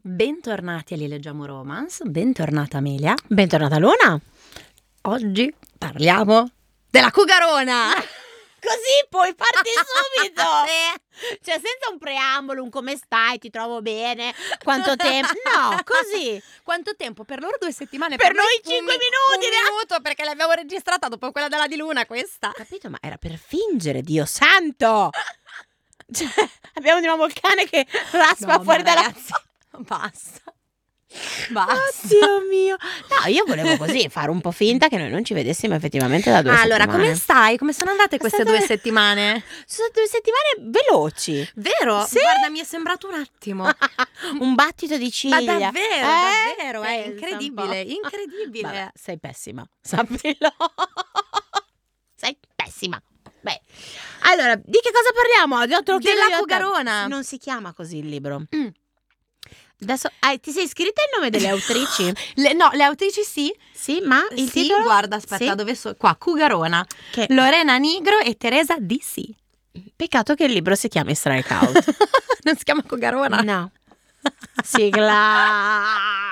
Bentornati a Li Leggiamo Romance, bentornata Amelia. Bentornata Luna. Oggi parliamo della Cugarona. Così puoi farti subito. Cioè senza un preambolo, un come stai, ti trovo bene, quanto tempo. No, così. Quanto tempo? Per loro 2 settimane. Per noi 5 minuti. Un minuto, perché l'abbiamo registrata dopo quella della di Luna questa. Capito? Ma era per fingere, Dio santo. Cioè, abbiamo di nuovo il cane che raspa fuori dalla... ragazzi, basta. Oddio mio. No, io volevo così fare un po' finta che noi non ci vedessimo effettivamente da 2 settimane. Allora, come stai? Come sono andate queste 2 settimane? Sono 2 settimane veloci. Vero? Sì. Guarda, mi è sembrato un attimo. Un battito di ciglia. Ma davvero, è Pensa incredibile, un po'. incredibile. Vabbè, sei pessima, sappilo. Sei pessima. Beh, allora, di che cosa parliamo oggi? Te lo chiedo Della io a te. Cugarona. Non si chiama così il libro. Adesso ti sei iscritta il nome delle autrici? Le autrici sì. Sì, ma il Sì, titolo? guarda, aspetta, Sì? dove sono? Qua, Cugarona. Che... Lorena Nigro e Teresa DC. Peccato che il libro si chiami Strikeout. Non si chiama Cugarona? No. Sigla.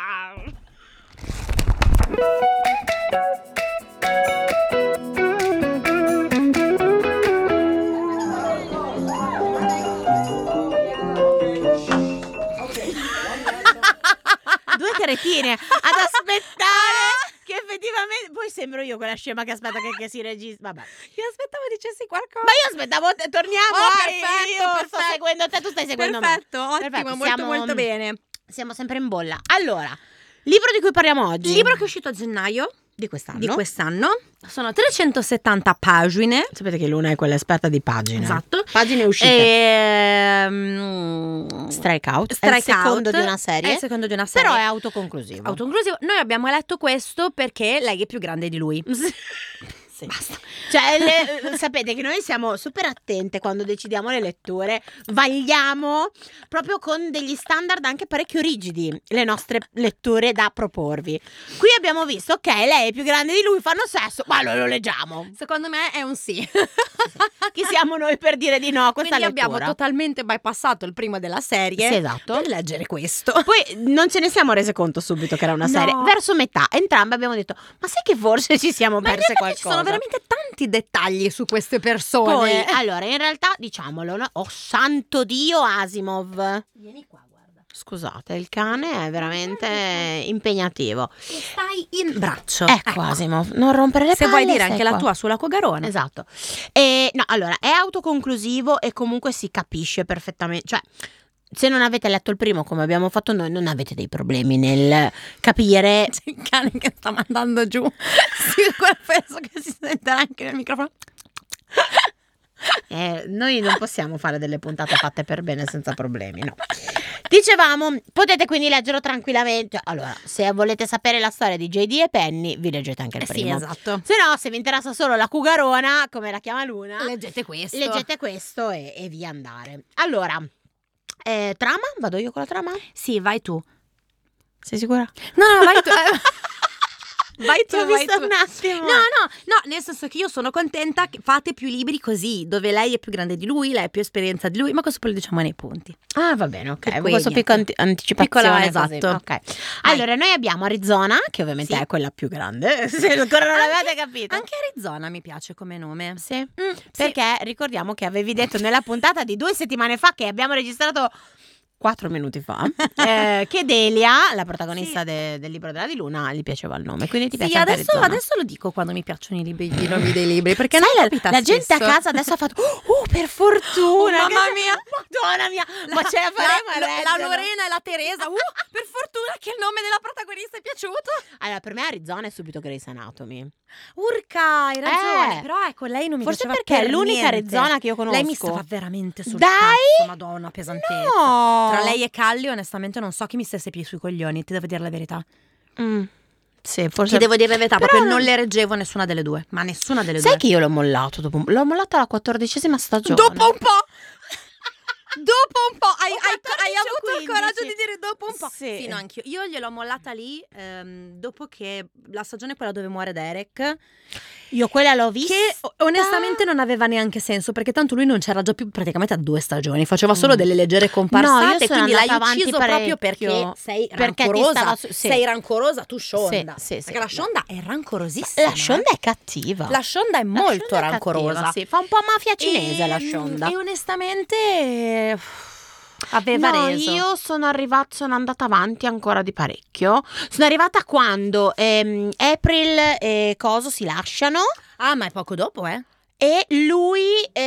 Due cretine ad aspettare che effettivamente poi sembro io quella scema che aspetta che si registra. Vabbè. Io aspettavo dicessi qualcosa. Ma io aspettavo torniamo. Oh, perfetto, Io perfetto. sto seguendo te, tu stai seguendo Perfetto, me. ottimo, Perfetto, molto siamo- molto bene. Siamo sempre in bolla. Allora, libro di cui parliamo oggi. Il libro che è uscito a gennaio di quest'anno. di quest'anno sono 370 pagine. Sapete che Luna è quella esperta di pagine. Esatto. Pagine uscite. Strikeout. È il secondo di una serie. È il secondo di una serie. Però è autoconclusivo. autoconclusivo. Noi abbiamo letto questo perché lei è più grande di lui. Sì. Basta. Cioè, sapete che noi siamo super attente quando decidiamo le letture, vagliamo proprio con degli standard anche parecchio rigidi le nostre letture da proporvi. Qui abbiamo visto, ok, lei è più grande di lui, fanno sesso, ma lo leggiamo. Secondo me è un sì. Chi siamo noi per dire di no a questa Quindi lettura? abbiamo totalmente bypassato il primo della serie. Sì, esatto. Per leggere questo. Poi non ce ne siamo rese conto subito che era una No. serie. Verso metà, entrambe abbiamo detto, ma sai che forse ci siamo Ma in perse realtà ci qualcosa? sono veramente tanti dettagli su queste persone. Poi, allora, in realtà, diciamolo, no? Oh santo Dio, Asimov. Vieni qua, guarda. Scusate, il cane è veramente impegnativo. E stai in braccio. Ecco, Asimov, non rompere le Se palle. vuoi dire stai anche la qua. tua sulla Cugarona. Esatto. No, allora, è autoconclusivo e comunque si capisce perfettamente. Cioè, se non avete letto il primo come abbiamo fatto noi, non avete dei problemi nel capire. C'è il cane che sta mandando giù. Sì, penso che si sentirà anche nel microfono. Noi non possiamo fare delle puntate fatte per bene senza problemi, no. Dicevamo, potete quindi leggerlo tranquillamente. Allora, se volete sapere la storia di JD e Penny, vi leggete anche il Sì, primo. esatto. Se no, se vi interessa solo la Cugarona, come la chiama Luna, Leggete questo. leggete questo e via andare. Allora, trama? Vado io con la trama? Sì, vai tu. Sei sicura? No, vai tu. Vai Ti ho vai visto tu. un attimo. No, nel senso che io sono contenta che fate più libri così, dove lei è più grande di lui, lei ha più esperienza di lui, ma questo poi lo diciamo nei punti. Ah, va bene, ok. Per cui Questo niente. picco anticipazione. Piccola, così. esatto. Ok. Allora, noi abbiamo Arizona, che ovviamente Sì. è quella più grande, se ancora non l'avete capito. Anche Arizona mi piace come nome. Sì. Perché ricordiamo che avevi detto nella puntata di 2 settimane fa, che abbiamo registrato 4 minuti fa, che Delia, la protagonista del libro della di Luna, gli piaceva il nome. Quindi ti piace Sì, anche adesso, Arizona. adesso lo dico quando mi piacciono i libri, i nomi dei libri, perché Sai, non capita la gente a spesso. casa adesso ha fatto per fortuna, Oh, mamma che- mia. Madonna mia, ma ce la faremo a la leggerlo? Lorena e la Teresa. Per fortuna che il nome della protagonista è piaciuto. Allora, per me Arizona è subito Grey's Anatomy. Urca, hai ragione. Però ecco, lei non mi Forse piaceva perché per è l'unica niente. Arizona che io conosco. Lei mi stava veramente sul Dai? cazzo, madonna, pesantezza. No. Tra lei e Calli, onestamente, non so chi mi stesse più sui coglioni, ti devo dire la verità. Sì, forse. Ti devo dire la verità, Però proprio non- non le reggevo nessuna delle due. Ma nessuna delle Sai due. che io l'ho mollato dopo l'ho mollato alla 14ª stagione. Dopo un po'. Dopo un po', hai 14 avuto o il coraggio 15? di dire dopo un po'. Sì. Sì, no, anch'io. Io gliel'ho mollata lì dopo che la stagione quella dove muore Derek, Io quella l'ho vista. che onestamente non aveva neanche senso, perché tanto lui non c'era già più praticamente a 2 stagioni, faceva solo delle leggere comparsate, No, io sono quindi l'hai andata avanti ucciso proprio parecchio. perché sei Perché ti rancorosa. stava sì. Sei rancorosa tu, Shonda. Sì, perché la Shonda è rancorosissima. La Shonda è cattiva. La Shonda è molto Shonda è rancorosa. cattiva, sì. Fa un po' mafia cinese la Shonda. E onestamente aveva reso. Io sono andata avanti ancora di parecchio. Sono arrivata quando April e Coso si lasciano Ah, ma è poco dopo, e lui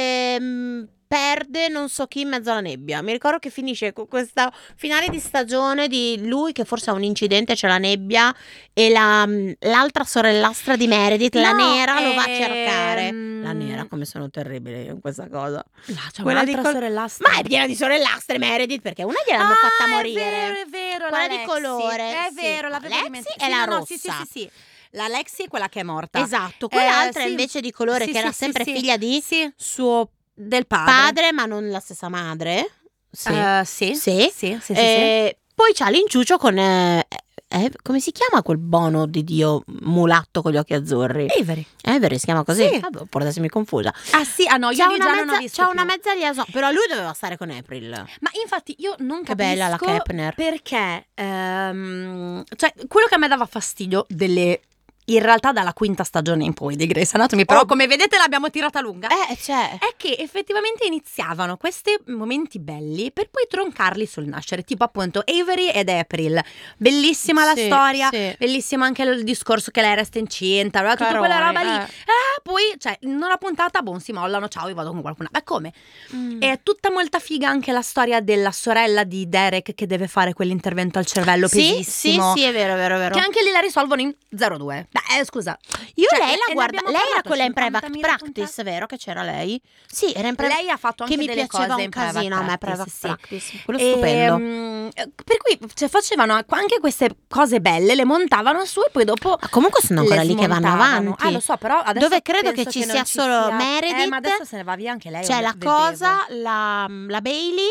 perde non so chi in mezzo alla nebbia. Mi ricordo che finisce con questa finale di stagione di lui che forse ha un incidente, c'è la nebbia e l'altra sorellastra di Meredith, la nera, lo va a cercare. La nera, come sono terribile io in questa cosa. C'è Quella un'altra di sorellastra. Ma è piena di sorellastre Meredith, perché una gliel'hanno fatta morire. È vero, Quella la di Lexi. colore, È sì. vero, l'avevo Lexi dimenticato. è la no, rossa. Sì. La Lexi è quella che è morta. Esatto, quell'altra sì. invece di colore Sì, che era sì, sempre sì, figlia di sì. suo Del padre. padre, ma non la stessa madre. Sì. Sì. Poi c'ha l'inciuccio con come si chiama quel bono di Dio mulatto con gli occhi azzurri? Avery si chiama così? Sì. Vabbè, può essermi confusa. Ah sì, no, io già non ho visto C'ha più. una mezza liaison, però lui doveva stare con April. Ma infatti io non Che capisco bella la Kepner. perché cioè quello che a me dava fastidio in realtà dalla 5ª stagione in poi di Grey's Anatomy, però come vedete l'abbiamo tirata lunga. Cioè. È che effettivamente iniziavano questi momenti belli per poi troncarli sul nascere, tipo appunto Avery ed April. Bellissima la storia, bellissimo anche il discorso che lei resta incinta, tutta quella roba lì. Poi, cioè, in una puntata, si mollano, ciao, io vado con qualcun altro. Ma come? È tutta molta figa anche la storia della sorella di Derek che deve fare quell'intervento al cervello pesissimo. Sì, è vero. Che anche lì la risolvono in 02. Beh, scusa. Io Cioè, lei la guarda, lei era quella in 50.000 private practice, vero che c'era lei? Sì, era in private. Lei ha fatto anche che mi delle piaceva cose un in private casino a me practice, private sì. practice. Quello stupendo. Per cui facevano anche queste cose belle, le montavano su e poi dopo Ma comunque sono ancora le lì che vanno smontavano. avanti. Lo so, però adesso dove credo penso che ci non sia solo Meredith. ma adesso se ne va via anche lei. C'è la vedevo. cosa, la Bailey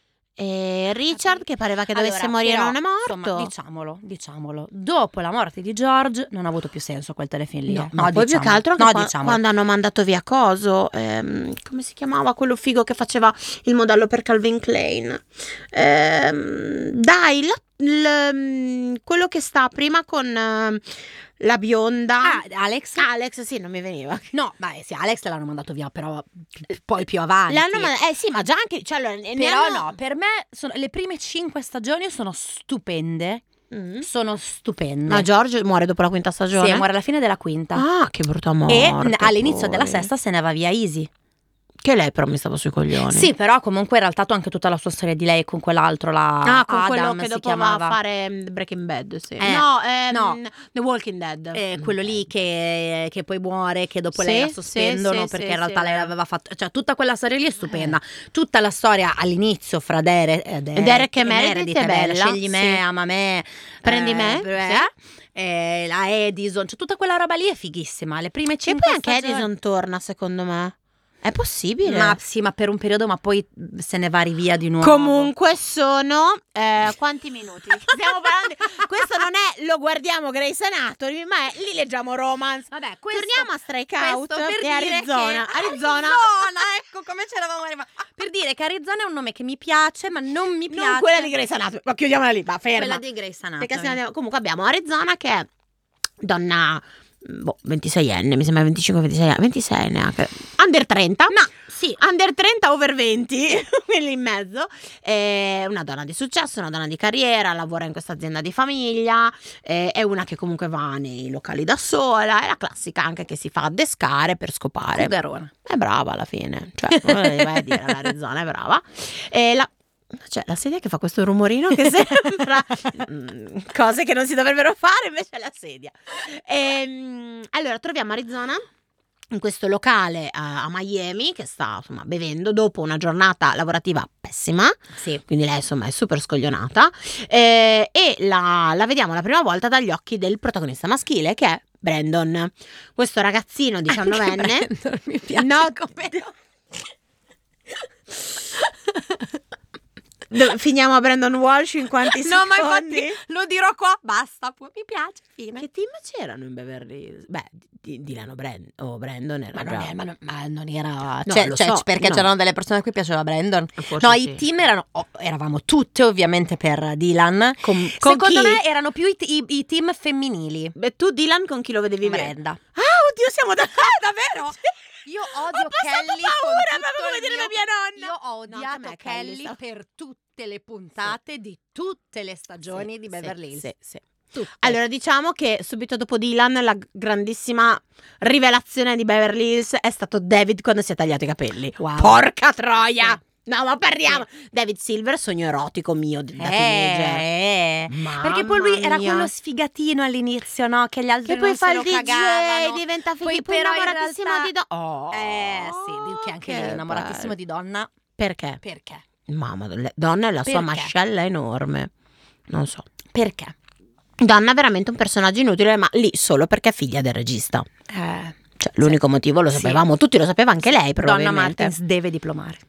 e Richard che pareva che dovesse Allora, morire, però, non è morto. Insomma, diciamolo. Dopo la morte di George non ha avuto più senso quel telefilm lì. No, ma poi più che altro quando hanno mandato via Coso, come si chiamava quello figo che faceva il modello per Calvin Klein? Quello che sta prima con la bionda. Alex, sì, non mi veniva. No, beh, sì, Alex l'hanno mandato via, però poi più avanti. Sì, ma già anche. Cioè, però no, per me le prime 5 stagioni sono stupende. Sono stupende. Ma George muore dopo la 5ª stagione? Sì, muore alla fine della 5ª. Ah, che brutta morte. E all'inizio della poi. 6ª se ne va via Easy. Che lei però mi stava sui coglioni. Sì, però comunque in realtà tu anche tutta la sua storia di lei con quell'altro con quello Adam, che si dopo chiamava. va a fare Breaking Bad, sì. No. The Walking Dead. Quello lì che poi muore, che dopo lei la sospendono perché in realtà lei l'aveva fatto. Cioè tutta quella storia lì è stupenda. Tutta la storia all'inizio fra Derek e Meredith è bella. Scegli me, ama me, prendi me. la Edison, cioè tutta quella roba lì è fighissima. Le prime 5 e poi anche stagioni. Edison torna, secondo me. È possibile? Ma sì, ma per un periodo, ma poi se ne va via di nuovo. Comunque sono quanti minuti? Stiamo parlando. Questo non è lo guardiamo Grey's Anatomy, ma lì leggiamo romance. Vabbè, torniamo a Strikeout e Arizona. Arizona, ecco come c'eravamo arrivati. Per dire che Arizona è un nome che mi piace, ma non mi piace. Non quella di Grey's Anatomy. Ma chiudiamola lì, va ferma. Quella di Grey's Anatomy. Perché comunque abbiamo Arizona che è donna 26enne, mi sembra 25-26 anni, 26 neanche. Under 30. No, sì. Under 30, over 20, quelli in mezzo. È una donna di successo, una donna di carriera, lavora in questa azienda di famiglia, è una che comunque va nei locali da sola, è la classica anche che si fa addescare per scopare. Cugarona. È brava alla fine, cioè, vai a dire, l'Arizona è brava. Cioè la sedia che fa questo rumorino che sembra cose che non si dovrebbero fare, invece è la sedia. Allora troviamo Arizona in questo locale a Miami che sta insomma bevendo dopo una giornata lavorativa pessima, sì. Quindi lei insomma è super scoglionata e la vediamo la prima volta dagli occhi del protagonista maschile che è Brandon, questo ragazzino 19enne. Mi piace no, come Finiamo a Brandon Walsh in quanti No, ma secondi? infatti lo dirò qua, basta, mi piace, fine. Che team c'erano in Beverly Hills? Beh, Dylan o Brandon era già. Ma non era... No, cioè, lo so, perché no. c'erano delle persone a cui piaceva Brandon. Forse No, sì. i team eravamo tutte ovviamente per Dylan. Con Secondo chi? me erano più i team femminili. Beh, tu Dylan con chi lo vedevi? Brenda. Ah, oddio, siamo davvero? Sì. Io Ho odio passato Kelly paura, con ma tutto avevo il vedere mio... la mia nonna. Io ho No, anche a odiato me Kelly per tutte le puntate di tutte le stagioni di Beverly Hills. Sì. Tutte. Allora, diciamo che subito dopo Dylan la grandissima rivelazione di Beverly Hills è stato David quando si è tagliato i capelli. Wow. Porca troia! Sì. No, ma parliamo. David Silver, sogno erotico mio da teenager. Perché poi lui era mia. quello sfigatino all'inizio, no? Che gli altri Che poi non fa se il lo DJ, cagavano. diventa Poi fighi, poi però in innamoratissimo realtà- di Donna. Sì, che anche lui innamoratissimo di Donna. Perché? Perché? Mamma, Donna e la sua Perché? mascella enorme. Non so. Perché? Donna è veramente un personaggio inutile, ma lì solo perché è figlia del regista. Cioè, l'unico motivo lo Sì. sapevamo tutti, lo sapeva anche lei Donna probabilmente. Martins deve diplomare.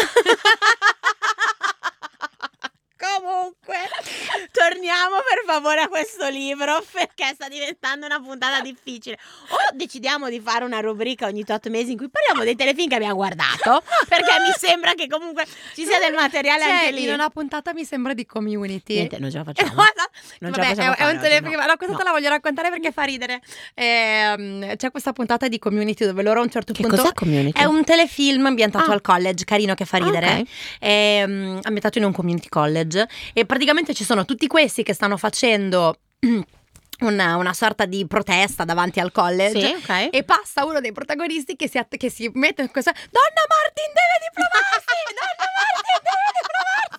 Comunque, torniamo per favore a questo libro perché sta diventando una puntata difficile. O decidiamo di fare una rubrica ogni 8 mesi in cui parliamo dei telefilm che abbiamo guardato, perché mi sembra che comunque ci sia del materiale anche lì. In una puntata mi sembra di Community. Niente, non ce la facciamo. Non ce la Vabbè, possiamo è fare un oggi, telefilm. no. No, questa No. te la voglio raccontare perché fa ridere. C'è questa puntata di Community dove loro a un certo Che punto... cos'è Community? È un telefilm ambientato Ah. al college, carino, che fa ridere. Ok. Ambientato in un community college. E praticamente ci sono tutti questi che stanno facendo una sorta di protesta davanti al college. Sì, ok. E passa uno dei protagonisti che si mette in questa... Donna Martin deve diplomarsi! Donna Martin deve diplomarsi!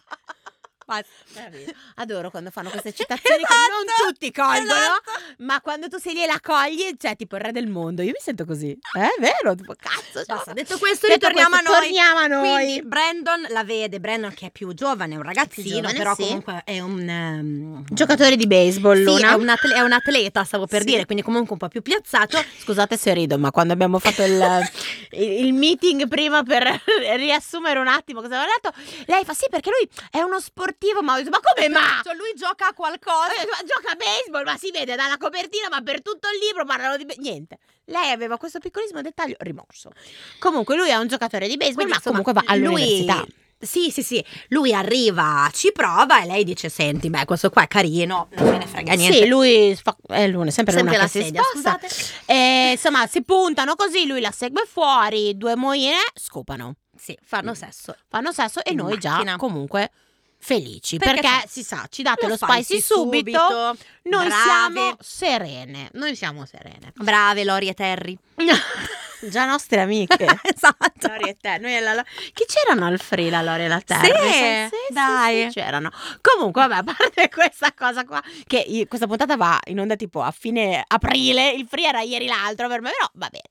Adoro quando fanno queste citazioni che non tutti colgono, ma quando tu sei lì e la cogli, cioè tipo il re del mondo. Io mi sento così. È vero, tipo cazzo. Basta, detto questo, Detto ritorniamo questo, a noi. torniamo a noi. Quindi Brandon la vede, Brandon che è più giovane, è un ragazzino, giovane, però sì. comunque è un Giocatore di baseball, sì, Luna. è un atleta, stavo per Sì. dire, quindi comunque un po' più piazzato. Scusate se rido, ma quando abbiamo fatto il meeting prima per riassumere un attimo cosa aveva detto, lei fa sì perché lui è uno sportivo, ma ho detto ma come ma? Cioè, lui gioca a qualcosa. Ma gioca a baseball, ma si vede dalla copertina, ma per tutto il libro parlano di niente. Lei aveva questo piccolissimo dettaglio rimosso. Comunque lui è un giocatore di baseball, Quindi, ma insomma, comunque va all'università. Sì. Lui arriva, ci prova e lei dice: senti, beh, questo qua è carino, non me ne frega niente. Sì, lui è Luna, sempre Luna la che si sedia, sposta. scusate. E, insomma, si puntano così, lui la segue fuori, due moine scopano. Sì, fanno sesso. Fanno sesso e In noi già macchina. comunque felici Perché perché c'è- si sa, ci date Lo lo spicy subito. Noi brave. siamo serene. Brave Lori e Terry. Già nostre amiche. Esatto. Lori e te. Noi e chi c'erano al Free, la Lori e la Terry? Sì, dai. sì, c'erano. Comunque, vabbè, a parte questa cosa qua, che questa puntata va in onda tipo a fine aprile. Il Free era ieri l'altro per me, però va bene.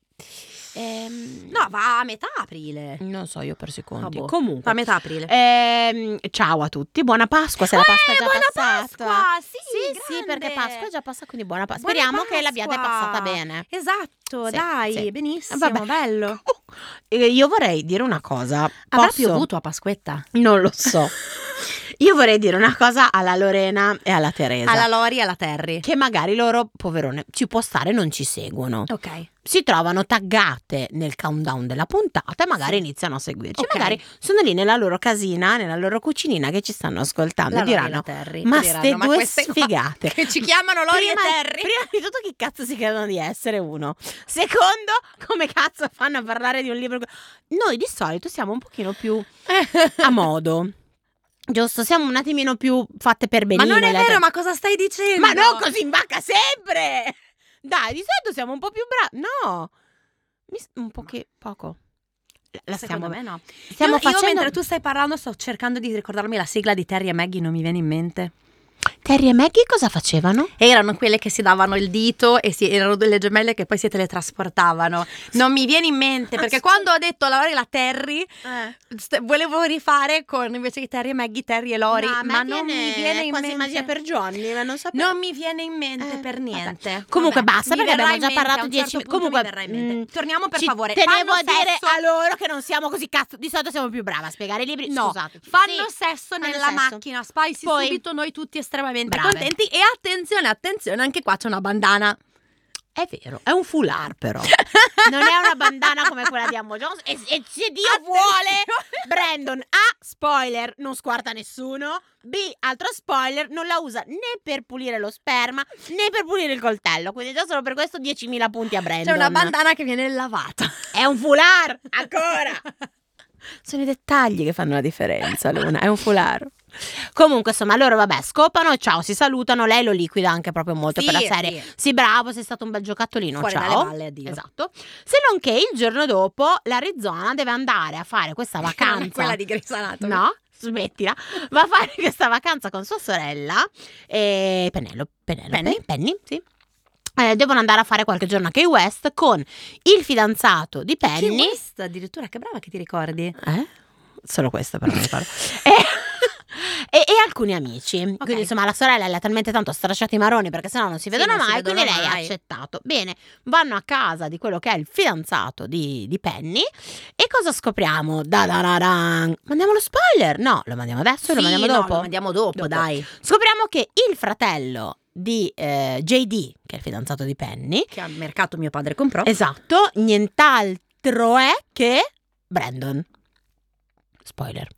No, va a metà aprile. Non so, io ho perso i conti. Vabbè, Comunque, va a metà aprile. ciao a tutti, buona Pasqua. Se la Pasqua è già buona passata. Pasqua, sì, perché grande. Pasqua è già passata, quindi buona Pasqua. Buona Speriamo che l'abbiate Pasqua. passata bene. Esatto, Sì, dai, sì. benissimo, Vabbè. bello. Io vorrei dire una cosa. Avrà Posso? piovuto a Pasquetta? Non lo so. Io vorrei dire una cosa alla Lorena e alla Teresa. Alla Lori e alla Terry. Che magari loro, poverone, ci può stare, non ci seguono. Ok. Si trovano taggate nel countdown della puntata e magari Sì. iniziano a seguirci. Ok. Magari sono lì nella loro casina, nella loro cucinina che ci stanno ascoltando La e Lori e diranno: la Terry. ma Diranno, ste due queste qua sfigate. che ci chiamano Lori Prima- e Terry. Prima di tutto chi cazzo si credono di essere, uno. Secondo, come cazzo fanno a parlare di un libro? Noi di solito siamo un pochino più a modo. Giusto, siamo un attimino più fatte per Ma benino. non è le vero, altre- ma cosa stai dicendo? Ma non così in vacca sempre! Dai, di solito siamo un po' più bravi. No, un po' che poco. La Secondo stiamo me no. Stiamo io facendo mentre tu stai parlando sto cercando di ricordarmi la sigla di Terry e Maggie, non mi viene in mente. Terry e Maggie cosa facevano? Erano quelle che si davano il dito e erano delle gemelle che poi si teletrasportavano. Non mi viene in mente, perché quando ho detto la Terry volevo rifare con, invece che Terry e Maggie, Terry e Lori, No, ma non mi viene in quasi mente. magia per Johnny, ma non sapevo. Non mi viene in mente per niente. Vabbè. Comunque basta, mi perché verrà abbiamo già in mente, parlato a un 10 certo minuti. punto Comunque mi verrà in mente. Torniamo per favore. Tenevo a Fanno dire sesso. a loro che non siamo così cazzo. Di solito siamo più brava a spiegare i libri. No, Scusate. fanno Sì, sesso fanno nella sesso. macchina. Spicy Poi- subito, noi tutti estremamente Brave. contenti. E attenzione, anche qua c'è una bandana. È vero, è un foulard però. Non è una bandana come quella di Ammo Jones. E se Dio vuole, Brandon A, spoiler, non squarta nessuno. B, altro spoiler, non la usa né per pulire lo sperma né per pulire il coltello. Quindi già solo per questo 10.000 punti a Brandon. C'è una bandana che viene lavata. È un foulard, ancora. Sono i dettagli che fanno la differenza, Luna. È un foulard. Comunque, insomma, loro vabbè scopano e ciao, si salutano. Lei lo liquida anche proprio molto per la serie. Sì, bravo, sei stato un bel giocattolino. Fuori ciao. dalle balle, addio. Esatto. Se non che il giorno dopo l'Arizona deve andare a fare questa vacanza. Quella di Grey's Anatomy. No? Smettila. Va a fare questa vacanza con sua sorella e Penny, sì. Devono andare a fare qualche giorno a Key West con il fidanzato di Penny. Key West, addirittura, che brava che ti ricordi. Solo questo però mi ricordo. E alcuni amici. Okay. Quindi insomma la sorella le ha talmente tanto stracciato i maroni perché sennò non si vedono non si mai, vedono quindi lei ha mai. accettato. Bene, vanno a casa di quello che è il fidanzato di Penny. E cosa scopriamo? Mandiamo lo spoiler? No, lo mandiamo adesso o lo mandiamo dopo? Lo mandiamo dopo, dai. Scopriamo che il fratello di JD, che è il fidanzato di Penny, Che al mercato mio padre comprò. esatto, nient'altro è che Brandon. Spoiler.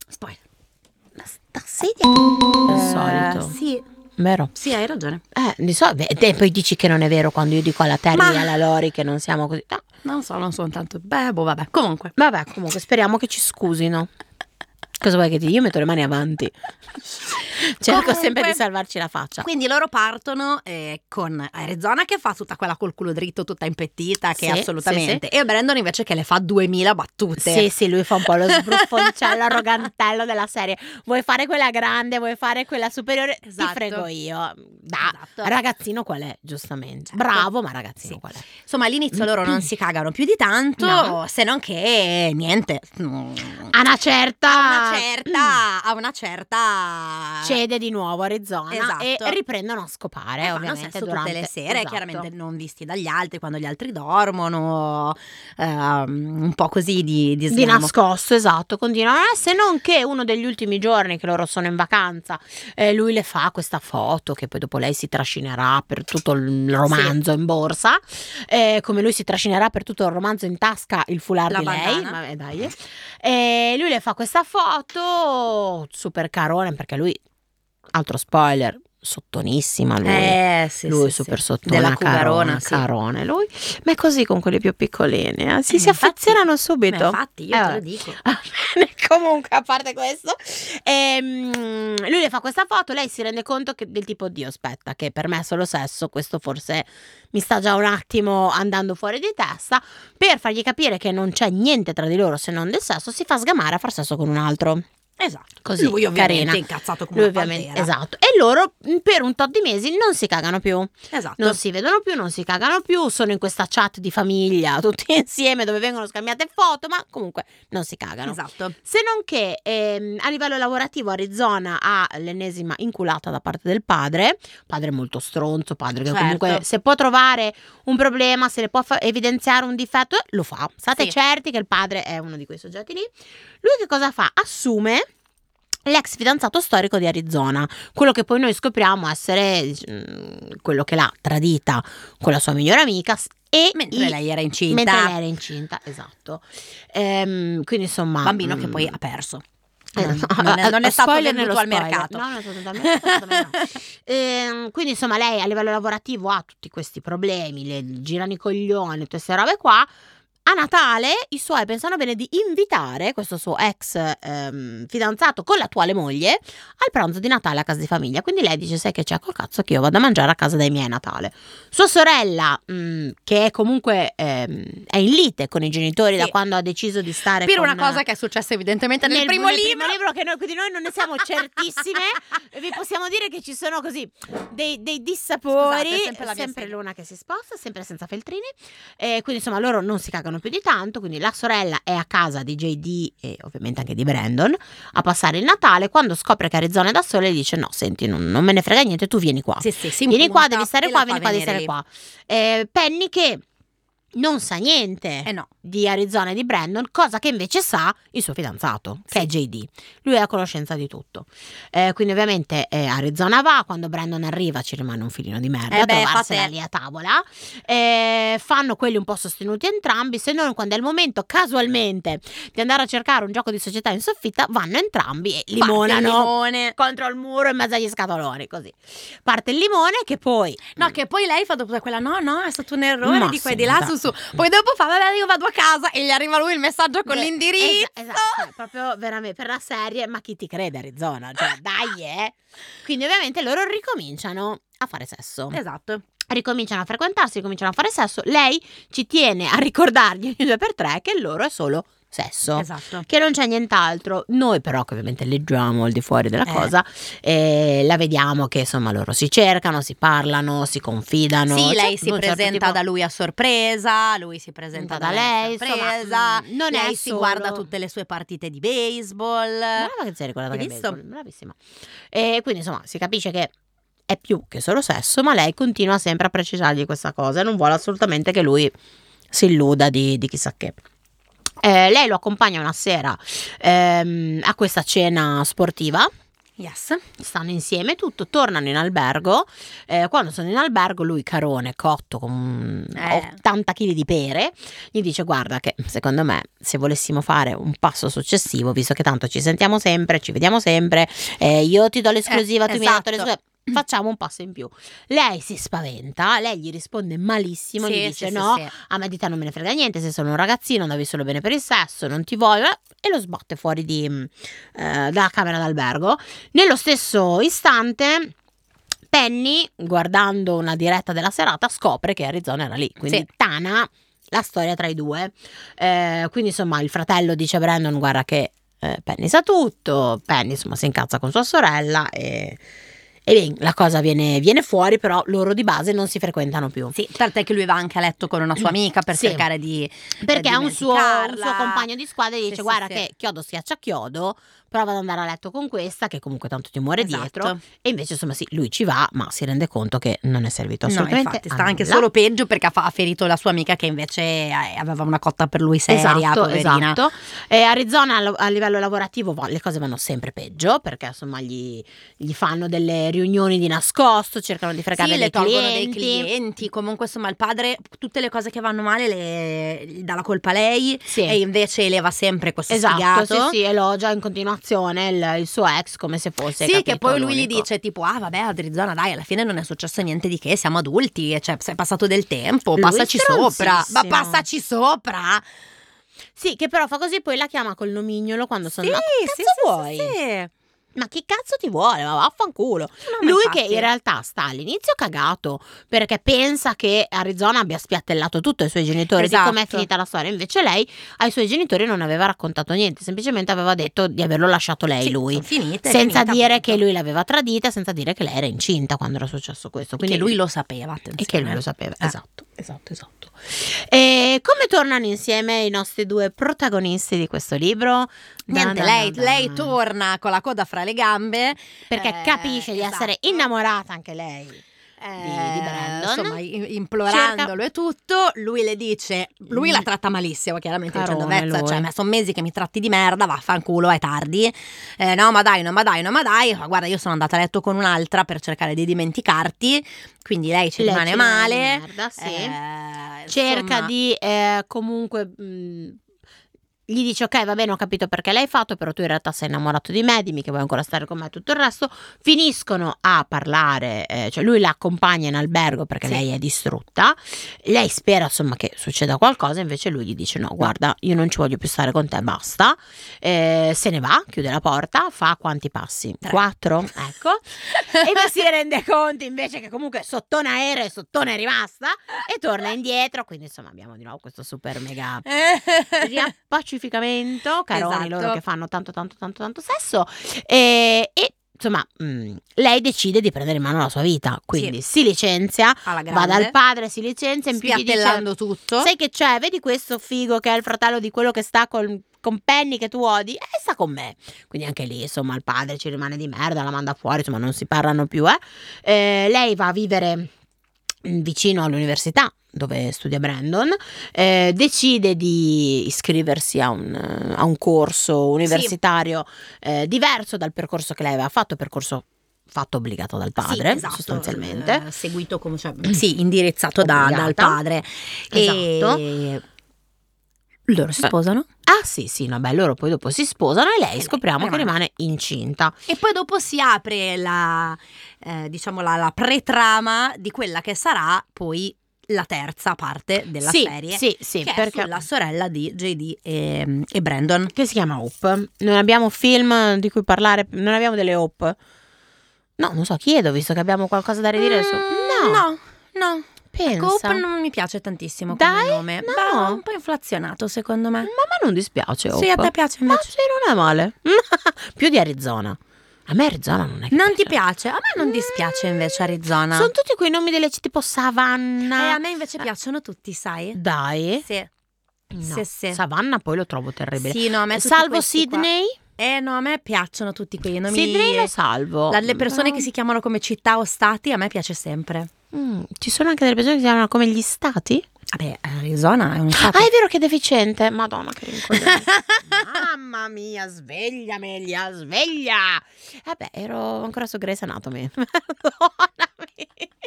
Sta sedia al solito. Sì, Vero? sì, hai ragione. Di solito. E poi dici che non è vero quando io dico alla Terry e alla Lori che non siamo così. No. Non sono tanto. Vabbè. Comunque. Vabbè, comunque speriamo che ci scusino. Cosa vuoi che ti io metto le mani avanti. Cerco Comunque, sempre di salvarci la faccia. Quindi loro partono con Arizona che fa tutta quella col culo dritto, tutta impettita, che Sì, assolutamente. E Brandon invece che le fa 2000 battute. Sì, lui fa un po' lo sbruffoncello arrogantello della serie. Vuoi fare quella grande, vuoi fare quella superiore? Esatto. Ti frego io. Esatto. Ragazzino qual è, giustamente. Bravo, ma ragazzino Sì. qual è? Insomma, all'inizio loro non si cagano più di tanto, No. se non che niente. A una certa A una certa cede di nuovo Arizona Esatto. e riprendono a scopare, fanno ovviamente sesso durante tutte le sere, esatto. chiaramente non visti dagli altri, quando gli altri dormono, un po' così di Di sgamo. nascosto, esatto, continuano, se non che uno degli ultimi giorni che loro sono in vacanza, lui le fa questa foto che poi dopo lei si trascinerà per tutto il romanzo in borsa, come lui si trascinerà per tutto il romanzo in tasca il foulard La di lei, bandana. vabbè dai, e lui le fa questa foto super carone perché lui, altro spoiler, sottonissima lui. Lui super sottone, della Cugarona, sì. carone lui, ma è così con quelli più piccolini, si infatti, affezionano subito. Infatti io te lo dico. Comunque, a parte questo, lui le fa questa foto, lei si rende conto che del tipo, Dio, aspetta, che per me è solo sesso, questo forse mi sta già un attimo andando fuori di testa. Per fargli capire che non c'è niente tra di loro se non del sesso, si fa sgamare a far sesso con un altro. Esatto. Così, lui ovviamente carina. è incazzato come Lui una ovviamente, pantera. esatto. E loro per un tot di mesi non si cagano più. Esatto. Non si vedono più, non si cagano più, sono in questa chat di famiglia tutti insieme dove vengono scambiate foto, ma comunque non si cagano. Esatto. Se non che a livello lavorativo Arizona ha l'ennesima inculata da parte del padre molto stronzo, padre che Certo. comunque se può trovare un problema, se ne può evidenziare un difetto, lo fa. State Sì. certi che il padre è uno di quei soggetti lì. Lui che cosa fa? Assume l'ex fidanzato storico di Arizona, quello che poi noi scopriamo essere quello che l'ha tradita con la sua migliore amica e Mentre lei era incinta. mentre lei era incinta, esatto. Quindi insomma Bambino che poi ha perso. non è stato spoiler venduto nello al spoiler. mercato. No, non è stato venduto al mercato, assolutamente no. Quindi insomma lei a livello lavorativo ha tutti questi problemi, le girano i coglioni, tutte queste robe qua. a Natale i suoi pensano bene di invitare questo suo ex fidanzato con l'attuale moglie al pranzo di Natale a casa di famiglia. Quindi lei dice: sai che c'è, col cazzo che io vado a mangiare a casa dei miei a Natale. Sua sorella, che è comunque è in lite con i genitori da quando ha deciso di stare per con, una cosa che è successa evidentemente nel primo libro che quindi noi non ne siamo certissime. Vi possiamo dire che ci sono così dei dissapori. Scusate, sempre l'una che si sposta, sempre senza feltrini, quindi insomma loro non si cagano più di tanto. Quindi la sorella è a casa di JD e ovviamente anche di Brandon a passare il Natale. Quando scopre che Arizona è da sola, dice: no, senti, non me ne frega niente, tu vieni qua, vieni qua, devi stare qua, vieni qua, devi stare qua. Penny che non sa niente di Arizona e di Brandon, cosa che invece sa il suo fidanzato, che è JD. Lui è a conoscenza di tutto, quindi ovviamente Arizona va. Quando Brandon arriva ci rimane un filino di merda a trovarsela lì a tavola. Fanno quelli un po' sostenuti entrambi, se non quando è il momento casualmente di andare a cercare un gioco di società in soffitta, vanno entrambi e limonano contro il muro in mezzo agli scatoloni. Così parte il limone, che poi che poi lei fa dopo quella no è stato un errore di qua e di là su. Poi dopo fa: vabbè, io vado a casa, e gli arriva lui il messaggio con l'indirizzo. Esatto, proprio veramente per la serie, ma chi ti crede, Arizona? Cioè, dai, Quindi ovviamente loro ricominciano a fare sesso. Esatto. Ricominciano a frequentarsi, ricominciano a fare sesso. Lei ci tiene a ricordargli ogni 2x3 che loro è solo sesso, esatto, che non c'è nient'altro. Noi però, che ovviamente leggiamo al di fuori della cosa, la vediamo che insomma loro si cercano, si parlano, si confidano. Sì, lei si presenta da lui a sorpresa, lui si presenta da lei a sorpresa, non lei è si guarda tutte le sue partite di baseball. Brava che sei ricordata che baseball, bravissima. E quindi insomma si capisce che è più che solo sesso, ma lei continua sempre a precisargli questa cosa e non vuole assolutamente che lui si illuda di chissà che. Lei lo accompagna una sera a questa cena sportiva. Yes. Stanno insieme, tutto, tornano in albergo. Quando sono in albergo, lui, carone, cotto con 80 kg di pere, gli dice: guarda che secondo me, se volessimo fare un passo successivo, visto che tanto ci sentiamo sempre, ci vediamo sempre, io ti do l'esclusiva, tu mi hai dato l'esclusiva, facciamo un passo in più. Lei si spaventa, lei gli risponde malissimo, gli dice: a me di te non me ne frega niente, sei solo un ragazzino, andavi solo bene per il sesso, non ti voglio, e lo sbatte fuori dalla camera d'albergo. Nello stesso istante Penny, guardando una diretta della serata, scopre che Arizona era lì, quindi tana la storia tra i due. Quindi insomma il fratello dice a Brandon: guarda che Penny sa tutto. Penny insomma si incazza con sua sorella e bene, la cosa viene fuori, però loro di base non si frequentano più. Sì, tant'è che lui va anche a letto con una sua amica per cercare di perché è un suo compagno di squadra e dice: guarda che chiodo schiaccia chiodo, prova ad andare a letto con questa che comunque tanto ti muore dietro. E invece insomma lui ci va, ma si rende conto che non è servito assolutamente. No, infatti sta anche solo peggio, perché ha ferito la sua amica che invece aveva una cotta per lui seria, poverina. Esatto. Arizona a livello lavorativo le cose vanno sempre peggio, perché insomma gli fanno delle riunioni di nascosto, cercano di fregare le tolgono dei clienti. Comunque insomma il padre, tutte le cose che vanno male gli dà la colpa a lei, e invece eleva sempre questo sfigato. Sì, elogia in continuazione il suo ex come se fosse che poi lui gli dice tipo: vabbè Arizona, dai, alla fine non è successo niente di che, siamo adulti, cioè è passato del tempo, passaci sopra. Ma passaci sopra. Sì, che però fa così, poi la chiama col nomignolo quando sono: ma che cazzo vuoi? Ma chi cazzo ti vuole? Ma vaffanculo. Lui che in realtà sta all'inizio cagato, perché pensa che Arizona abbia spiattellato tutto ai suoi genitori, di com'è finita la storia. Invece lei ai suoi genitori non aveva raccontato niente, semplicemente aveva detto di averlo lasciato lei, lui, senza dire che lui l'aveva tradita, senza dire che lei era incinta quando era successo questo. Quindi lui lo sapeva, e che lui lo sapeva. Esatto. E come tornano insieme i nostri due protagonisti di questo libro? Niente, lei torna con la coda fra le gambe, perché capisce di essere innamorata anche lei di Brandon, insomma implorandolo e tutto. Lui le dice, lui la tratta malissimo chiaramente, dicendo: Vezza, cioè sono mesi che mi tratti di merda, vaffanculo, è tardi, no ma dai, guarda, io sono andata a letto con un'altra per cercare di dimenticarti. Quindi lei ci rimane male, cerca di comunque gli dice ok, va bene, ho capito perché l'hai fatto, però tu in realtà sei innamorato di me, dimmi che vuoi ancora stare con me e tutto il resto. Finiscono a parlare, cioè lui la accompagna in albergo perché lei è distrutta, lei spera insomma che succeda qualcosa, invece lui gli dice no, guarda, io non ci voglio più stare con te, basta. Se ne va, chiude la porta, fa quanti passi? 4, ecco. E poi si rende conto invece che comunque sottone aereo e sottone è rimasta e torna indietro, quindi insomma abbiamo di nuovo questo super mega riappacificamento, caroni loro che fanno tanto sesso, e insomma lei decide di prendere in mano la sua vita, quindi si licenzia, va dal padre, si licenzia, in più gli dice tutto. Sai che c'è? Vedi questo figo che è il fratello di quello che sta con Penny che tu odi? Sta con me. Quindi anche lì insomma il padre ci rimane di merda, la manda fuori, insomma non si parlano più. Lei va a vivere vicino all'università dove studia Brandon, decide di iscriversi a un corso universitario diverso dal percorso che lei aveva fatto, percorso fatto obbligato dal padre, sostanzialmente seguito come indirizzato dal padre. Esatto. E loro si sposano. Sì, vabbè, loro poi dopo si sposano e lei scopriamo che rimane incinta. E poi dopo si apre la pretrama di quella che sarà poi la terza parte della serie. Sì, che perché è sulla sorella di JD e Brandon, che si chiama Hope. Non abbiamo film di cui parlare, non abbiamo delle Hope. No, non so, chiedo, visto che abbiamo qualcosa da ridire su. No. Pensa. Hope non mi piace tantissimo come nome. No. Un po' inflazionato secondo me. Ma a me non dispiace Hope. Sì, a te piace invece? Sì, non è male. Più di Arizona. A me Arizona non è che non ti piace? A me non dispiace invece Arizona. Sono tutti quei nomi delle città tipo Savannah. A me invece piacciono tutti, sai? Dai. Sì. No. Sì. Savannah poi lo trovo terribile. Sì, no, a me salvo Sydney. No, a me piacciono tutti quei nomi. Sydney lo salvo. Le persone che si chiamano come città o stati a me piace sempre. Ci sono anche delle persone che si chiamano come gli stati? Vabbè, Arizona è un stato. È vero che è deficiente. Madonna che rincoglionita. Mamma mia, sveglia Amelia, sveglia. Vabbè, ero ancora su Grey's Anatomy. Perdonami.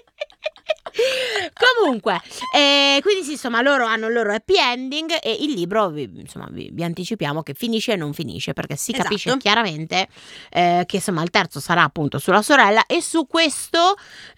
Comunque, quindi sì, insomma, loro hanno il loro happy ending e il libro, vi anticipiamo che finisce e non finisce, perché si capisce chiaramente che insomma il terzo sarà appunto sulla sorella e su questo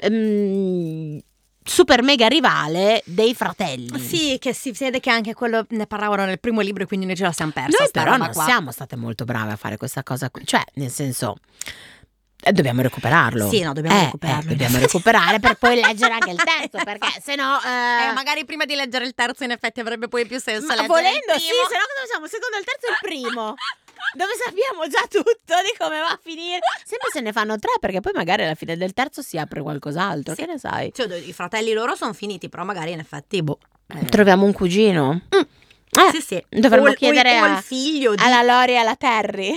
super mega rivale dei fratelli. Sì, che si vede che anche quello ne parlavano nel primo libro e quindi noi ce la siamo persa. Noi però non siamo state molto brave a fare questa cosa qui, cioè nel senso dobbiamo recuperarlo. Sì, no, dobbiamo recuperarlo. Dobbiamo recuperare per poi leggere anche il terzo, perché se no magari prima di leggere il terzo in effetti avrebbe poi più senso leggere volendo, il primo. sì, se no cosa facciamo? Il secondo, il terzo e il primo. Dove sappiamo già tutto di come va a finire. Sempre se ne fanno 3, perché poi magari alla fine del terzo si apre qualcos'altro. Che ne sai? Cioè, i fratelli loro sono finiti, però magari in effetti troviamo un cugino. Sì. Dovremmo chiedere il figlio alla Lori e alla Terry.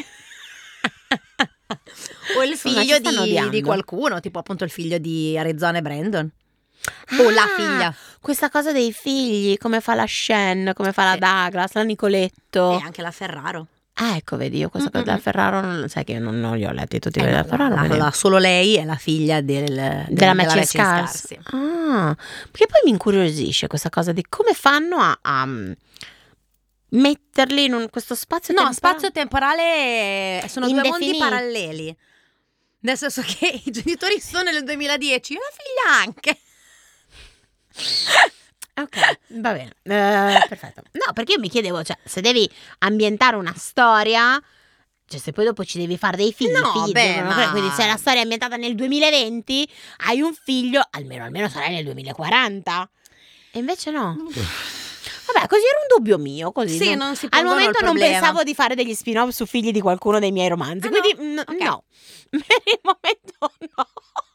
O il figlio di qualcuno, tipo appunto il figlio di Arizona e Brandon. O la figlia. Questa cosa dei figli, come fa la Shen, come fa la Douglas, la Nicoletto. E anche la Ferraro. Ecco, vedi, io questa cosa della Ferraro, sai che io non li ho letti tutti quelli della Ferraro. Solo lei è la figlia della Matching Scars. Perché poi mi incuriosisce questa cosa di come fanno a metterli in questo spazio temporale. No, spazio temporale sono due mondi paralleli. Nel senso che i genitori sono nel 2010 e la figlia anche. Ok, va bene, perfetto. No, perché io mi chiedevo, cioè, se devi ambientare una storia, cioè se poi dopo ci devi fare dei figli, quindi se la storia è ambientata nel 2020, hai un figlio, almeno sarai nel 2040. E invece no. Vabbè, così era un dubbio mio, così. Sì, non si al momento non problema. pensavo di fare degli spin-off su figli di qualcuno dei miei romanzi, quindi no. Per il momento no.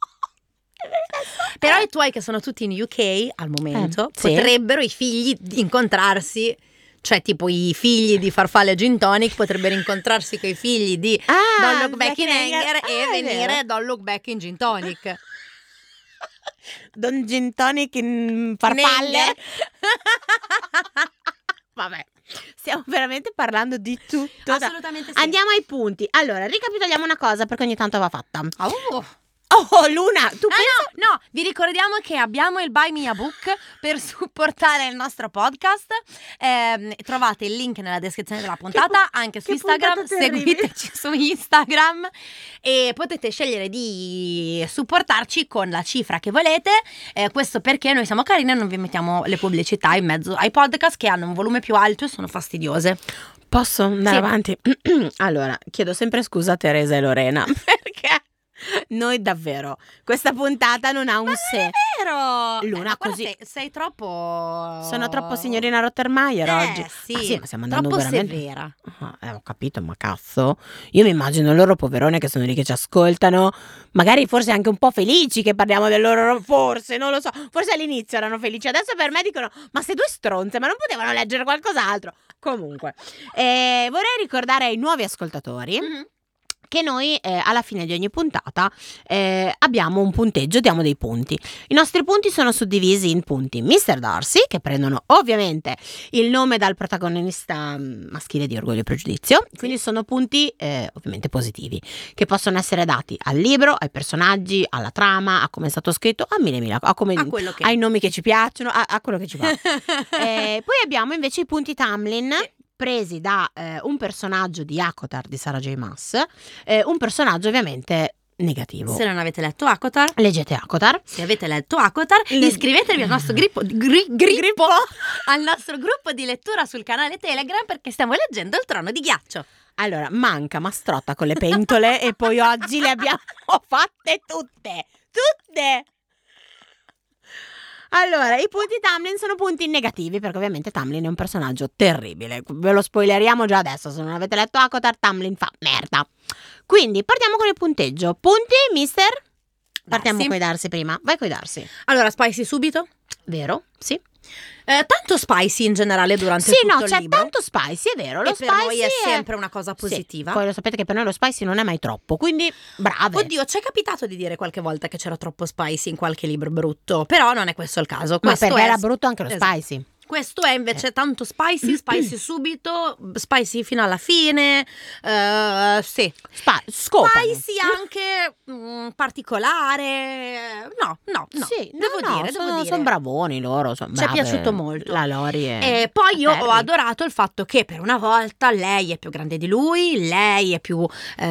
Però i tuoi che sono tutti in UK al momento potrebbero i figli incontrarsi, cioè tipo i figli di Farfalle Gin Tonic potrebbero incontrarsi con i figli di Don't Look Back in Anger e venire Don't Look Back in Gin Tonic. Don Gin Tonic in Farfalle. Vabbè, stiamo veramente parlando di tutto. Assolutamente sì. Andiamo ai punti. Allora, ricapitoliamo una cosa perché ogni tanto va fatta. Oh, Luna, tu pensa? No, vi ricordiamo che abbiamo il Buy Me a Book per supportare il nostro podcast. Trovate il link nella descrizione della puntata, anche su Instagram. Seguiteci su Instagram e potete scegliere di supportarci con la cifra che volete. Questo perché noi siamo carini e non vi mettiamo le pubblicità in mezzo ai podcast che hanno un volume più alto e sono fastidiose. Posso andare avanti? Allora, chiedo sempre scusa a Teresa e Lorena perché noi davvero questa puntata non ha un sé. Non è vero! Luna, così sei troppo. Sono troppo signorina Rottermeier oggi. Sì, sì, ma stiamo andando troppo veramente severa. Ho capito, ma cazzo. Io mi immagino loro poverone che sono lì che ci ascoltano, magari forse anche un po' felici che parliamo del loro, forse, non lo so. Forse all'inizio erano felici, adesso per me dicono "Ma se due stronze, ma non potevano leggere qualcos'altro?". Comunque, vorrei ricordare ai nuovi ascoltatori che noi alla fine di ogni puntata abbiamo un punteggio, diamo dei punti. I nostri punti sono suddivisi in punti Mr. Darcy, che prendono ovviamente il nome dal protagonista maschile di Orgoglio e Pregiudizio, quindi sono punti ovviamente positivi, che possono essere dati al libro, ai personaggi, alla trama, a come è stato scritto, a mille, ai nomi che ci piacciono, a quello che ci va. Poi abbiamo invece i punti Tamlin, presi da un personaggio di ACOTAR di Sarah J. Maas, un personaggio ovviamente negativo. Se non avete letto ACOTAR, leggete ACOTAR. Se avete letto ACOTAR, iscrivetevi al nostro gruppo al nostro gruppo di lettura sul canale Telegram, perché stiamo leggendo Il Trono di Ghiaccio. Allora, manca Mastrotta con le pentole e poi oggi le abbiamo fatte tutte. Allora, i punti Tamlin sono punti negativi, perché ovviamente Tamlin è un personaggio terribile. Ve lo spoileriamo già adesso, se non avete letto ACOTAR, Tamlin fa merda. Quindi partiamo con il punteggio. Punti, mister? Partiamo coi Darcy prima. Vai coi Darcy. Allora, spicy subito? Vero? Sì. Tanto spicy in generale durante tutto il libro. Sì, no, c'è tanto spicy, è vero. Lo e spicy per noi è sempre una cosa positiva. Sì, poi lo sapete che per noi lo spicy non è mai troppo, quindi brave. Oddio, ci è capitato di dire qualche volta che c'era troppo spicy in qualche libro brutto, però non è questo il caso. Ma perché era brutto anche lo spicy. Questo è invece tanto spicy subito, spicy fino alla fine, sì. Spicy anche particolare, no. Sì, devo dire. Sono bravoni loro, ci è piaciuto molto. La Lori e poi io ho adorato il fatto che per una volta lei è più grande di lui, lei è più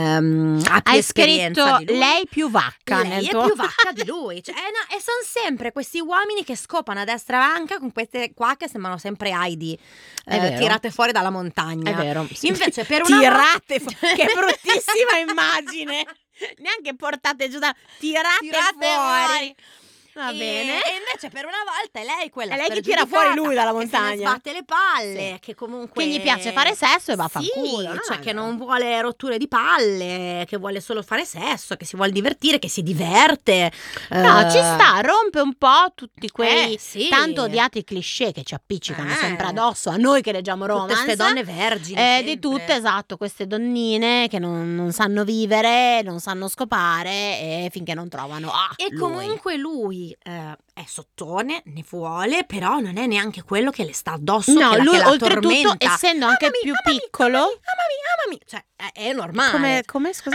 ha più esperienza di lui. Lei più vacca. Lei è più vacca di lui, cioè, e sono sempre questi uomini che scopano a destra e a manca con queste qua che sembrano sempre Heidi tirate fuori dalla montagna. È vero. Invece per una tirate che bruttissima immagine. Neanche portate giù tirate fuori. Va bene. E invece per una volta è lei quella. È lei che tira fuori lui dalla montagna. Che se ne sbatte le palle, che comunque che gli piace fare sesso e va a fanculo. Cioè che non vuole rotture di palle, che vuole solo fare sesso, che si vuole divertire, che si diverte. No, ci sta, rompe un po' tutti quei sì. tanto odiati cliché che ci appiccicano sempre addosso a noi che leggiamo romance. Tutte queste donne vergini. Di tutte, esatto, queste donnine che non sanno vivere, non sanno scopare e finché non trovano comunque lui è sottone, ne vuole, però non è neanche quello che le sta addosso. No, che lui la oltretutto, tormenta. essendo anche più piccolo, amami, cioè è normale. Come scusa?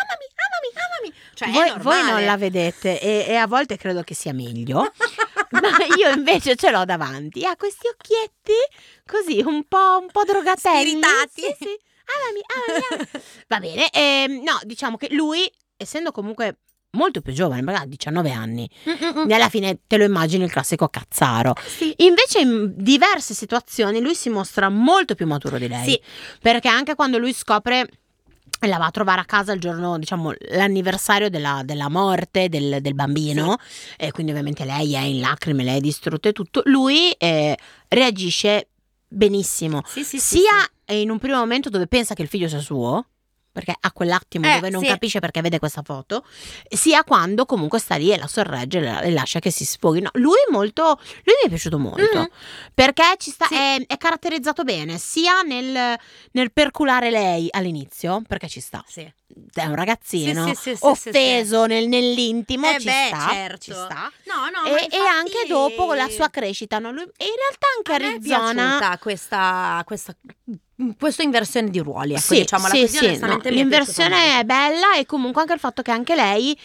Amami. Cioè, voi non la vedete e a volte credo che sia meglio. Ma io invece ce l'ho davanti. Ha questi occhietti così un po' drogatelli. Spiritati. Sì. Amami. Va bene. No, diciamo che lui, essendo comunque molto più giovane, magari 19 anni, alla fine te lo immagini il classico cazzaro. Sì. Invece in diverse situazioni lui si mostra molto più maturo di lei. Sì. Perché anche quando lui scopre, la va a trovare a casa il giorno, diciamo, l'anniversario della morte del bambino, e quindi ovviamente lei è in lacrime, lei è distrutta e tutto. Lui reagisce benissimo, sia in un primo momento dove pensa che il figlio sia suo, perché ha quell'attimo dove non capisce perché vede questa foto, sia quando comunque sta lì e la sorregge e lascia che si sfoghi. No, lui mi è piaciuto molto, perché ci sta, è caratterizzato bene, sia nel perculare lei all'inizio, perché ci sta. È un ragazzino offeso nell'intimo, ci sta, certo. Ci sta. No, e anche dopo la sua crescita, no? Lui, e in realtà anche a Arizona questa questo inversione di ruoli, ecco, sì, diciamola sì, così, sì, onestamente no, mi è piaciuto l'inversione è bella, e comunque anche il fatto che anche lei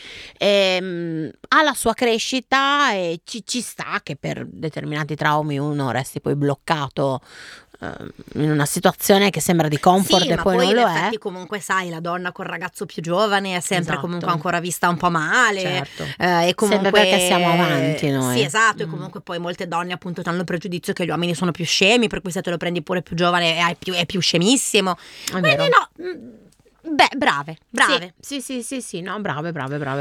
ha la sua crescita, e ci sta che per determinati traumi uno resti poi bloccato in una situazione che sembra di comfort, sì, e ma poi poi non in lo effetti è. comunque sai, la donna col ragazzo più giovane è sempre Esatto. comunque ancora vista un po' male, Certo. e comunque Sempre perché siamo avanti noi. Sì, esatto, e comunque poi molte donne appunto hanno il pregiudizio che gli uomini sono più scemi, per cui se te lo prendi pure più giovane è più scemissimo. È Quindi vero. no, beh, brave. Sì, no, brave.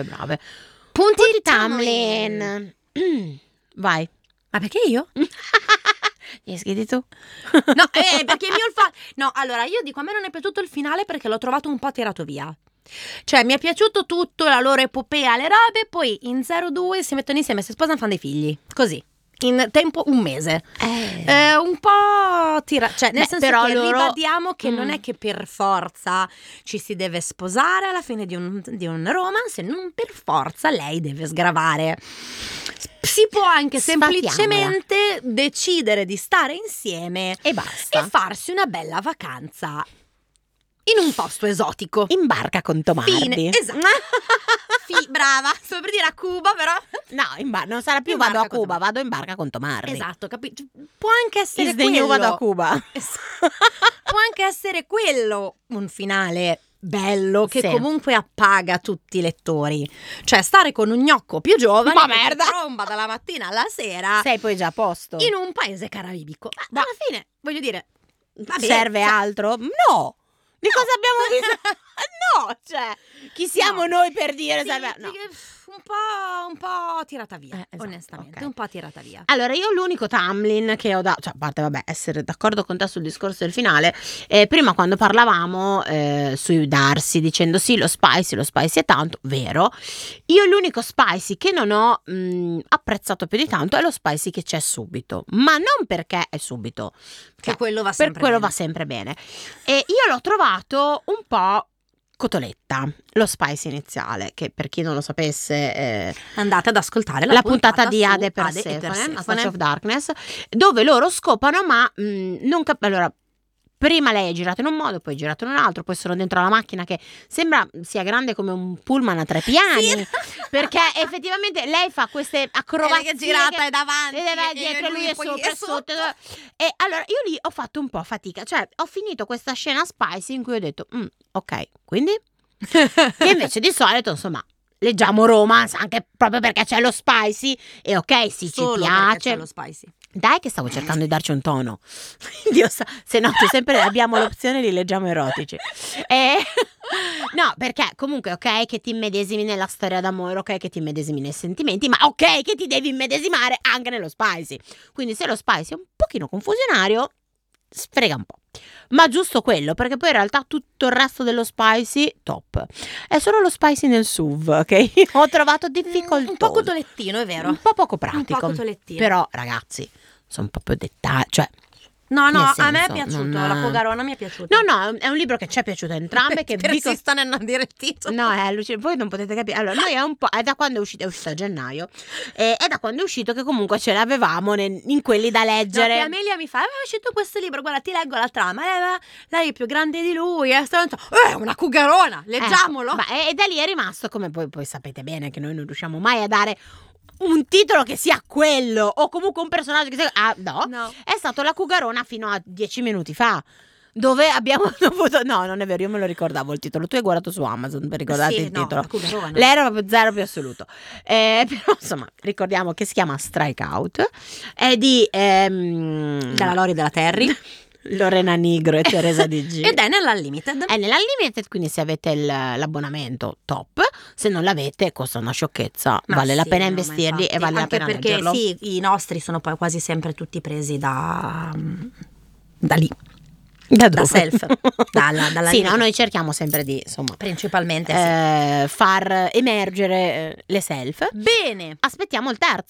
Punti Tamlin. Vai. Ma perché io? Gli scrivi tu? No, perché il mio no, allora io dico, a me non è piaciuto il finale perché l'ho trovato un po' tirato via. Cioè mi è piaciuto tutto, la loro epopea, le robe, poi in 02 si mettono insieme, si sposano, fanno dei figli, così. In tempo un mese. Un po' cioè nel senso però che loro ribadiamo che non è che per forza ci si deve sposare alla fine di un romance, non per forza lei deve sgravare. Si può anche semplicemente decidere di stare insieme e basta, e farsi una bella vacanza in un posto esotico. In barca con Tomardi. Fine. Esatto. Brava, sto per dire a Cuba, però no, non sarà più in vado a barca con Cuba, vado in barca con Tomardi. esatto, capito? Può anche essere Is the new vado a Cuba. Può anche essere quello un finale bello che Sì. comunque appaga tutti i lettori. Cioè stare con un gnocco più giovane Ma che ti merda! tromba dalla mattina alla sera Sei poi già a posto. in un paese caraibico. Ma- Alla fine, voglio dire, vabbè, serve cioè, altro? No! Di cosa abbiamo bisogno? No, cioè, chi siamo noi per dire sì, serve? No. un po' tirata via, Esatto, onestamente, ok. un po' tirata via. Allora, io l'unico Tamlin che ho dato, cioè a parte vabbè essere d'accordo con te sul discorso del finale, prima quando parlavamo sui Darcy dicendo sì, lo spicy è tanto, vero. Io l'unico spicy che non ho apprezzato più di tanto è lo spicy che c'è subito, ma non perché è subito, Che quello va per sempre quello bene. va sempre bene. E io l'ho trovato un po' cotoletta, lo spice iniziale, che per chi non lo sapesse Andate ad ascoltare la puntata di su Ade e Persefone, A Touch of Darkness, dove loro scopano, ma non allora, prima lei è girata in un modo, poi è girata in un altro, poi sono dentro la macchina che sembra sia grande come un pullman a 3 piani, Sì. perché effettivamente lei fa queste acrobazie, Lei che è girata è davanti e lei è dietro e lui è poi sopra e sotto. E allora io lì ho fatto un po' fatica, cioè ho finito questa scena spicy in cui ho detto ok, quindi che invece di solito insomma leggiamo romance anche proprio perché c'è lo spicy, e ok, sì, Solo ci perché piace, c'è lo spicy. dai che stavo cercando di darci un tono. Dio sa, se no sempre abbiamo l'opzione di leggiamo erotici. No, perché comunque ok che ti immedesimi nella storia d'amore, ok che ti immedesimi nei sentimenti, ma ok che ti devi immedesimare anche nello spicy. Quindi se lo spicy è un pochino confusionario, sfrega un po'. Ma giusto quello, perché poi in realtà tutto il resto dello spicy top. È solo lo spicy nel SUV che ho trovato difficoltoso. Un po' cotolettino, è vero. Un po' poco pratico. Un po' cotolettino. Però ragazzi, sono proprio dettagli, cioè No, nel a me è senso, piaciuto, non- la Cogarona mi è piaciuta. no, è un libro che ci è piaciuto a entrambe, che vi Persista nel non dire il titolo. No, è allucinante. Voi non potete capire. Allora, noi è da quando è uscito a gennaio. È da quando è uscito che comunque ce l'avevamo in quelli da No, leggere. che Amelia mi fa, è uscito questo libro, guarda, ti leggo la trama. Lei è più grande di lui, è una Cugarona, leggiamolo. E da lì è rimasto, come poi sapete bene che noi non riusciamo mai a dare un titolo che sia quello, o comunque un personaggio che sia no. È stato la Cugarona fino a 10 minuti fa, dove abbiamo dovuto no, non è vero, io me lo ricordavo il titolo, tu hai guardato su Amazon per ricordarti il titolo. La Cugarona. Lei era proprio zero più assoluto, però insomma ricordiamo che si chiama Strikeout, è di Dalla Lori della Terry. Lorena Nigro e Teresa Di G. Ed è nell'Unlimited. È nell'Unlimited, quindi se avete l'abbonamento top, se non l'avete costa una sciocchezza, Ma vale la sì, pena no, investirli ma e vale la anche pena perché leggerlo. sì, i nostri sono poi quasi sempre tutti presi da lì, Da da dove? self, dalla Sì, limited. no, noi cerchiamo sempre di insomma Principalmente sì. far emergere le self. Bene, Aspettiamo il terzo.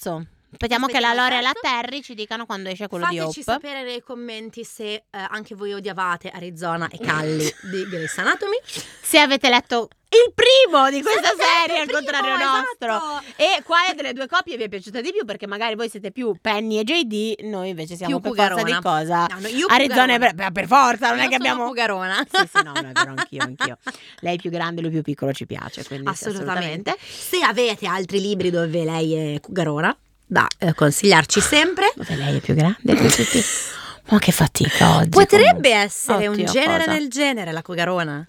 Aspettiamo che la Lore e la certo. Terry ci dicano quando esce quello di Hope. Fateci sapere nei commenti se anche voi odiavate Arizona e Callie di Grey's Anatomy. Se avete letto il primo di questa serie, al il primo, contrario nostro. esatto. E quale delle due coppie vi è piaciuta di più? Perché magari voi siete più Penny e JD, noi invece siamo Più per forza di Cugarona. cosa? No, io Arizona e Cugarona. per forza, non Io è che sono abbiamo... Cugarona. Sì, no, è vero, anch'io. Lei più grande, lui più piccolo ci piace, quindi sì, Assolutamente. Se avete altri libri dove lei è Cugarona, da consigliarci sempre. Dove lei è più grande, lui più piccolo. Ma che fatica oggi. Potrebbe comunque. essere un Oddio, genere cosa? nel genere, la Cugarona.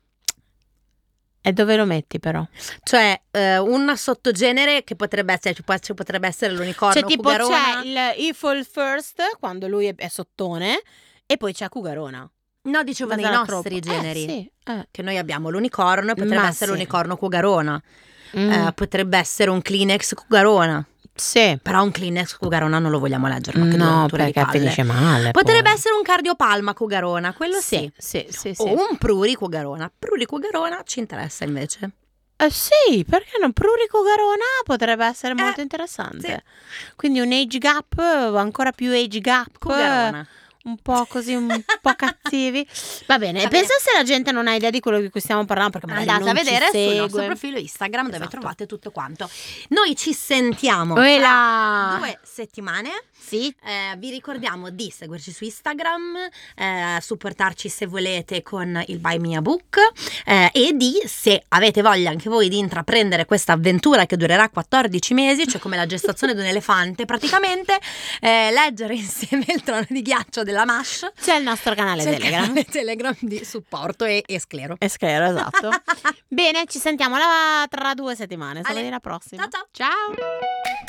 E dove lo metti però? Cioè, un sottogenere che potrebbe essere, ci potrebbe essere l'unicorno Cioè tipo Cugarona. c'è il Evil First, quando lui è sottone, e poi c'è Cugarona. No, dicevo nei Basata nostri troppo. generi. Sì. Che noi abbiamo l'unicorno, potrebbe Ma essere sì. l'unicorno Cugarona. Mm. Potrebbe essere un Kleenex Cugarona. Sì. Però un Kleenex Cugarona non lo vogliamo leggere, ma che due No, rotture di perché palle. finisce male. Potrebbe poi. essere un Cardiopalma Cugarona, quello sì. Sì. O un Pruri Cugarona. Pruri Cugarona ci interessa invece. Sì, perché no? Prurico Garona potrebbe essere molto interessante. sì. Quindi un age gap, ancora più age gap. Cugarona. Un po' così, un po' cattivi. Va bene, Va pensa se la gente non ha idea di quello di cui stiamo parlando, perché magari Andate a non ci vedere sul segue. nostro profilo Instagram dove Esatto. trovate tutto quanto. Noi ci sentiamo E tra là. 2 settimane. Sì. Vi ricordiamo di seguirci su Instagram, supportarci se volete con il Buy Me a Book e di, se avete voglia anche voi di intraprendere questa avventura che durerà 14 mesi, cioè come la gestazione di un elefante praticamente, leggere insieme il Trono di Ghiaccio della MASH. C'è il nostro canale C'è il Telegram. canale Telegram di supporto e sclero. E sclero, esatto. Bene, ci sentiamo tra 2 settimane. Ale. Alla prossima. Ciao. Ciao.